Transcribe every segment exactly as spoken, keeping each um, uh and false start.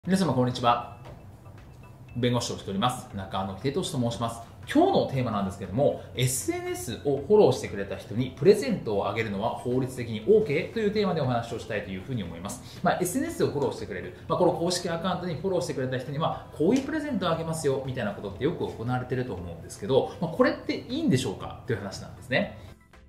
皆様こんにちは。弁護士をしております中野秀俊と申します。今日のテーマなんですけども、 エスエヌエス をフォローしてくれた人にプレゼントをあげるのは法律的に OK というテーマでお話をしたいというふうに思います。まあ、エスエヌエス をフォローしてくれる、まあ、この公式アカウントにフォローしてくれた人にはこういうプレゼントをあげますよみたいなことってよく行われていると思うんですけど、まあ、これっていいんでしょうかという話なんですね。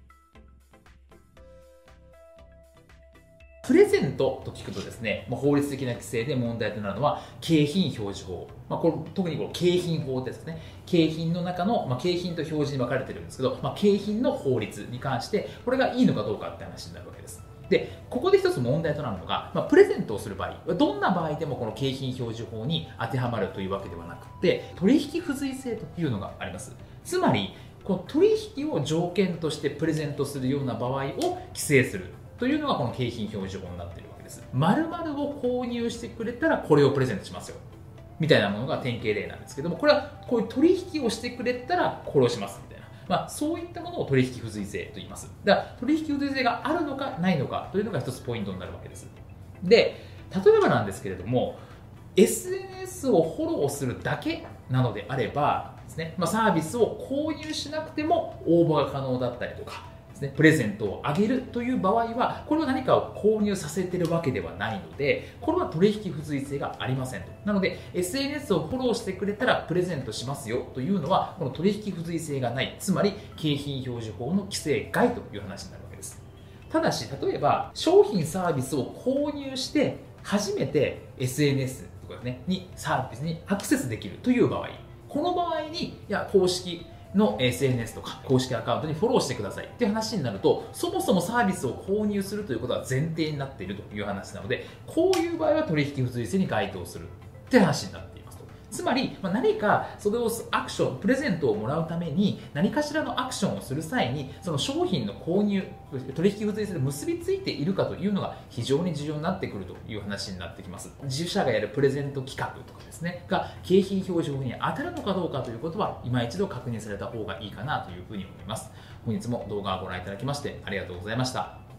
プレゼントと聞くとですね、まあ、法律的な規制で問題となるのは景品表示法、まあ、これ特にこの景品法ですね。景品の中の、まあ、景品と表示に分かれてるんですけど、まあ、景品の法律に関してこれがいいのかどうかって話になるわけです。で、ここで一つ問題となるのが、まあ、プレゼントをする場合、どんな場合でもこの景品表示法に当てはまるというわけではなくて、取引付随性というのがあります。つまりこの取引を条件としてプレゼントするような場合を規制するというのがこの景品表示法になっているわけです。〇〇を購入してくれたらこれをプレゼントしますよみたいなものが典型例なんですけども、これはこういう取引をしてくれたらこれをしますみたいな、まあ、そういったものを取引付随性と言います。だから取引付随性があるのかないのかというのが一つポイントになるわけです。で、例えばなんですけれども エスエヌエス をフォローするだけなのであればですね、まあ、サービスを購入しなくても応募が可能だったりとかプレゼントをあげるという場合は、これは何かを購入させているわけではないので、これは取引付随性がありませんと。なので エスエヌエス をフォローしてくれたらプレゼントしますよというのはこの取引付随性がない、つまり景品表示法の規制外という話になるわけです。ただし、例えば商品サービスを購入して初めて エスエヌエス とか、ね、にサービスにアクセスできるという場合、この場合にいや公式の エスエヌエス とか公式アカウントにフォローしてくださいっていう話になると、そもそもサービスを購入するということは前提になっているという話なので、こういう場合は取引付随性に該当するって話になっていますと。つまり何かそれをアクション、プレゼントをもらうために何かしらのアクションをする際に、その商品の購入、取引付随性で結びついているかというのが非常に重要になってくるという話になってきます。自社がやるプレゼント企画とかですねが景品表示法に当たるのかどうかということは今一度確認された方がいいかなというふうに思います。本日も動画をご覧いただきましてありがとうございました。